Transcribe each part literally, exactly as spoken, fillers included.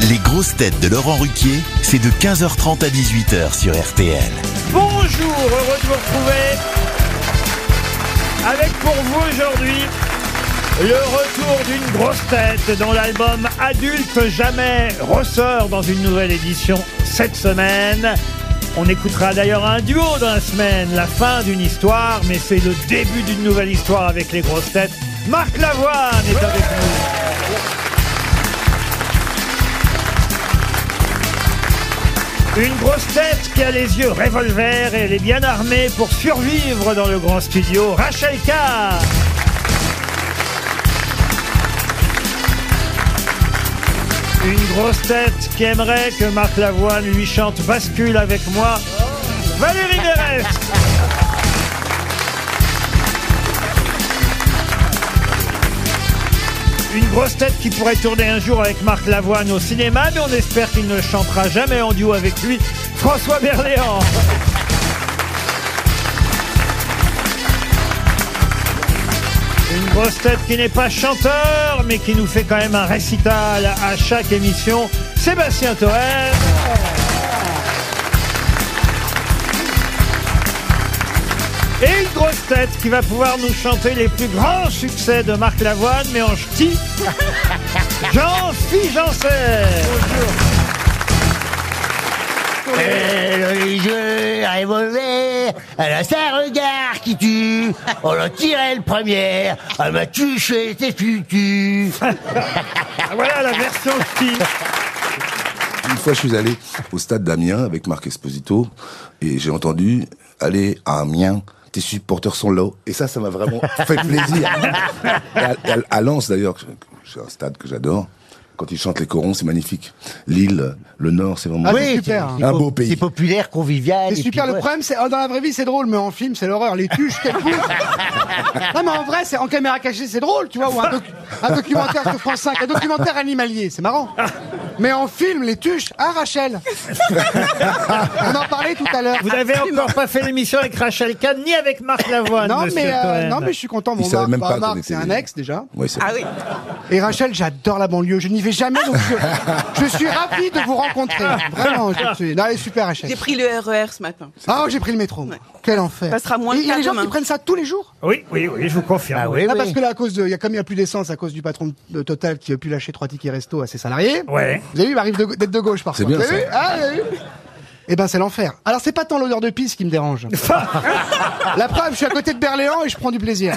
Les grosses têtes de Laurent Ruquier, c'est de quinze heures trente à dix-huit heures sur R T L. Bonjour, heureux de vous retrouver. Avec pour vous aujourd'hui le retour d'une grosse tête dont l'album Adulte Jamais ressort dans une nouvelle édition cette semaine. On écoutera d'ailleurs un duo dans la semaine, la fin d'une histoire, mais c'est le début d'une nouvelle histoire avec les grosses têtes. Marc Lavoine est avec nous. Une grosse tête qui a les yeux revolver et elle est bien armée pour survivre dans le grand studio, Rachel Kahn. Une grosse tête qui aimerait que Marc Lavoine lui chante Bascule avec moi, Valérie Mérès. Une grosse tête qui pourrait tourner un jour avec Marc Lavoine au cinéma, mais on espère qu'il ne chantera jamais en duo avec lui, François Berléand. Une grosse tête qui n'est pas chanteur, mais qui nous fait quand même un récital à chaque émission, Sébastien Toen. Et une grosse tête qui va pouvoir nous chanter les plus grands succès de Marc Lavoine, mais en ch'ti, Jean-Philippe Janssen. Bonjour. Elle a les yeux revolver, elle a sa regard qui tue, on l'a tiré le premier, elle m'a tué, t'es futu. Voilà la version ch'ti. Une fois, je suis allé au stade d'Amiens avec Marc Esposito et j'ai entendu « Allez à Amiens, tes supporters sont là ». Et ça, ça m'a vraiment fait plaisir. Et à, à, à Lens, d'ailleurs, c'est un stade que j'adore. Quand ils chantent les corons, c'est magnifique. L'île, le Nord, c'est vraiment ah, beau. oui, super. Un beau pays. C'est populaire, convivial. C'est super. Puis, le ouais. problème, c'est, oh, dans la vraie vie, c'est drôle, mais en film, c'est l'horreur. Les tuches, quelle pousse. Non, mais en vrai, c'est en caméra cachée, c'est drôle, tu vois, ou un, docu- un documentaire sur France cinq, un documentaire animalier, c'est marrant. Mais en film, les tuches, ah, Rachel. On en parlait tout à l'heure. Vous n'avez encore pas fait l'émission avec Rachel Kahn, ni avec Marc Lavoine, non, monsieur mais, euh, Toen. non, mais je suis content. Bon, Marc, même bah, pas Marc, qu'on c'est était- un ex, déjà. Ouais, c'est Ah oui. Et Rachel, j'adore la banlieue. Je n'y vais jamais, donc je, je suis ravi de vous rencontrer. Vraiment, je suis. Non, elle est super, Rachel. J'ai pris le R E R ce matin. Ah, j'ai pris le métro. Ouais. Quel enfer. Ça sera moins Et il y a le des cas gens qui demain. prennent ça tous les jours. Oui, oui, oui, je vous confirme. Ah oui. oui, Ah, oui. parce que là, à cause de, il y a comme il y a plus d'essence à cause du patron de Total qui a pu lâcher trois tickets resto à ses salariés. Ouais. Vous avez vu, il m'arrive de- d'être de gauche parfois. C'est bien, Vous avez ça. vu ah, vous avez vu Eh ben, c'est l'enfer. Alors, c'est pas tant l'odeur de pisse qui me dérange. La preuve, je suis à côté de Berléand et je prends du plaisir.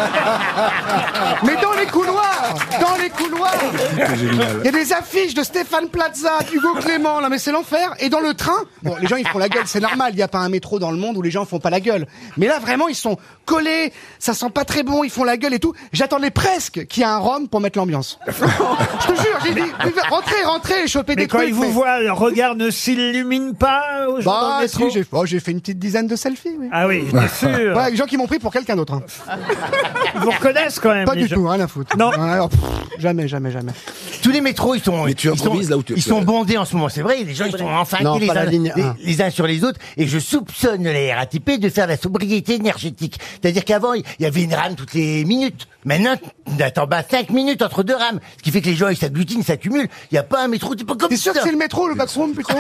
Mais dans les couloirs, dans les couloirs, il y a des affiches de Stéphane Plaza, d'Hugo Clément, là, mais c'est l'enfer. Et dans le train, bon, les gens, ils font la gueule, c'est normal, il n'y a pas un métro dans le monde où les gens font pas la gueule. Mais là, vraiment, ils sont collés, ça sent pas très bon, ils font la gueule et tout. J'attendais presque qu'il y ait un rhum pour mettre l'ambiance. Je te jure, j'ai dit, rentrez, rentrez et chopez Mais des quand trucs. ils vous mais- voient, leur regard ne s'illumine pas aux gens dans Bah, le métro. si, j'ai oh, j'ai fait une petite dizaine de selfies, oui. Ah oui, bien sûr. Ouais, avec des gens qui m'ont pris pour quelqu'un d'autre. Hein. Ils vous reconnaissent quand même. Pas les du gens. tout, rien à foutre. Non. Ouais, alors, pff, jamais, jamais, jamais. Tous les métros, ils sont, Mais tu ils sont, improvises là où tu- ils sont bondés en ce moment, c'est vrai. Les gens, ils sont enfin Non, les, pas la uns, ligne les, un. les uns sur les autres. Et je soupçonne la R A T P de faire la sobriété énergétique. C'est-à-dire qu'avant, il y avait une rame toutes les minutes. Maintenant, t'attends bah, cinq minutes entre deux rames. Ce qui fait que les gens, ils s'agglutinent, s'accumulent. Il n'y a pas un métro, t'es pas comme T'es ça. sûr que c'est le métro, le backroom, plutôt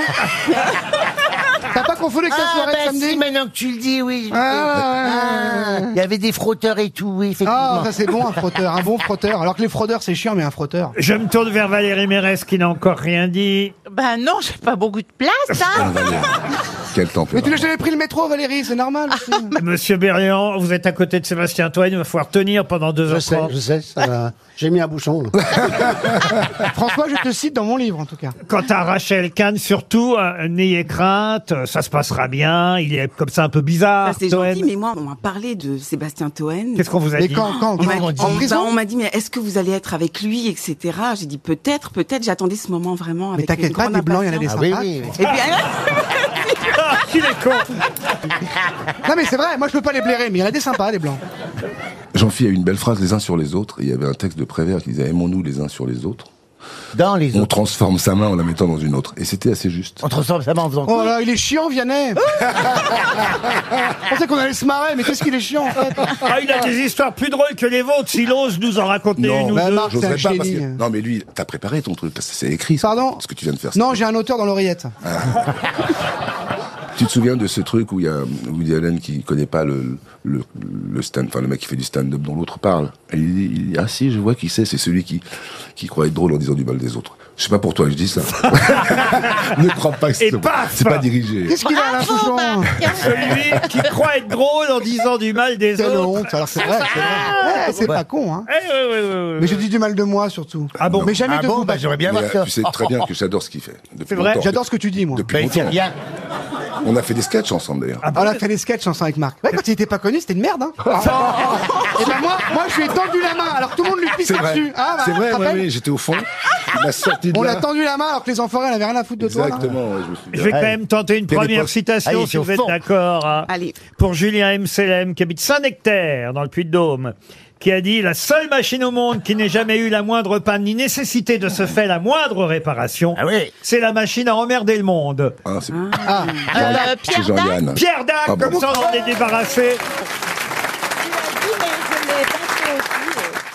T'as pas confondu avec ta Ah, soirée bah de samedi si, maintenant que tu le dis, oui. Ah, ouais, Ah, il y avait des frotteurs et tout, oui, effectivement. Ah, ça c'est bon, un frotteur, un bon frotteur. Alors que les fraudeurs, c'est chiant, mais un frotteur. Je me tourne vers Valérie Mérès qui n'a encore rien dit. Ben non, j'ai pas beaucoup de place, hein. Quel temps. Mais tu n'as jamais pris le métro, Valérie, c'est normal. aussi. Monsieur Berléand, vous êtes à côté de Sébastien Toen, il va falloir tenir pendant deux Je heures sais, trente. je sais, ça va. J'ai mis un bouchon. Là. François, je te cite dans mon livre, en tout cas. Quant à Rachel Kahn, surtout, euh, n'ayez crainte, euh, ça se passera bien, il est comme ça un peu bizarre. Ça, c'est Toen. gentil, mais moi, on m'a parlé de Sébastien Toen. Qu'est-ce qu'on vous a Mais dit quand, quand, On m'a quand dit- En ben, prison on m'a dit, mais est-ce que vous allez être avec lui, et cetera. J'ai dit peut-être, peut-être. J'attendais ce moment vraiment Mais avec t'inquiète une pas, grande des blancs, il y en a des impatience. sympas. oui, oui. Et puis, Ah, qu'il est con. Non, mais c'est vrai, moi je peux pas les blairer, mais il y en a des sympas, des blancs. Jean-Philippe a eu une belle phrase les uns sur les autres. Et il y avait un texte de Prévert qui disait « Aimons-nous les uns sur les autres ». Dans les on autres. transforme sa main en la mettant dans une autre. Et c'était assez juste. On transforme sa main en faisant Oh quoi? là, il est chiant, Vianney. Je pensais qu'on allait se marrer, mais qu'est-ce qu'il est chiant en fait. Ah, il a des histoires plus drôles que les vôtres, s'il ose nous en raconter une ou bah, deux. Marc, c'est un J'oserais pas parce que... génie. Non, mais lui, t'as préparé ton truc. C'est écrit. ça, Pardon Ce que tu viens de faire. Non, j'ai un auteur dans l'oreillette. Tu te souviens de ce truc où il y a Woody Allen qui connaît pas le, le, le stand, enfin le mec qui fait du stand-up dont l'autre parle. Et il dit, il dit, ah si, je vois qui c'est, c'est celui qui, qui croit être drôle en disant du mal des autres. Je sais pas pour toi, je dis ça. Ne crois pas que Et c'est paf c'est pas dirigé. Qu'est-ce qu'il a là, Fouchon? Celui qui croit être drôle en disant du mal des Quelle autres. honte. Alors c'est vrai, c'est vrai. Eh, c'est pas con, hein. Eh, ouais, ouais, ouais, ouais. Mais je dis du mal de moi surtout. Ah bon? Mais jamais Ah de bon, vous. bah j'aurais bien Mais, voir euh, ça. tu sais très bien que j'adore ce qu'il fait. Depuis C'est vrai, longtemps. J'adore ce que tu dis, moi. Depuis Bah, il fait longtemps. rien. On a fait des sketchs ensemble d'ailleurs. On a fait des sketchs ensemble avec Marc. Ouais, quand il était pas connu, c'était une merde, hein. Et ben moi, moi, je lui ai tendu la main, alors que tout le monde lui pisse C'est vrai. dessus. Ah, bah, c'est tu vrai, te ouais, rappelles ouais, j'étais au fond. Il m'a sorti de On là. l'a tendu la main alors que les enfoirés n'avaient rien à foutre de toi. là. Exactement, ouais, je me souviens. Je vais quand même tenter une Quelle première époque. citation, Allez, si c'est au vous êtes fond. d'accord. hein. Allez. Pour Julien M. Selem, qui habite Saint-Nectaire, dans le Puy-de-Dôme, qui a dit « La seule machine au monde qui n'ait jamais eu la moindre panne ni nécessité de se faire la moindre réparation, Ah oui. c'est la machine à emmerder le monde. Ah, c'est Ah, Euh, c'est Pierre Dac. Jean-Yann. » Pierre Dac, Ah bon. comme ça on en est débarrassé. Tu l'as dit, mais je l'ai pas fait.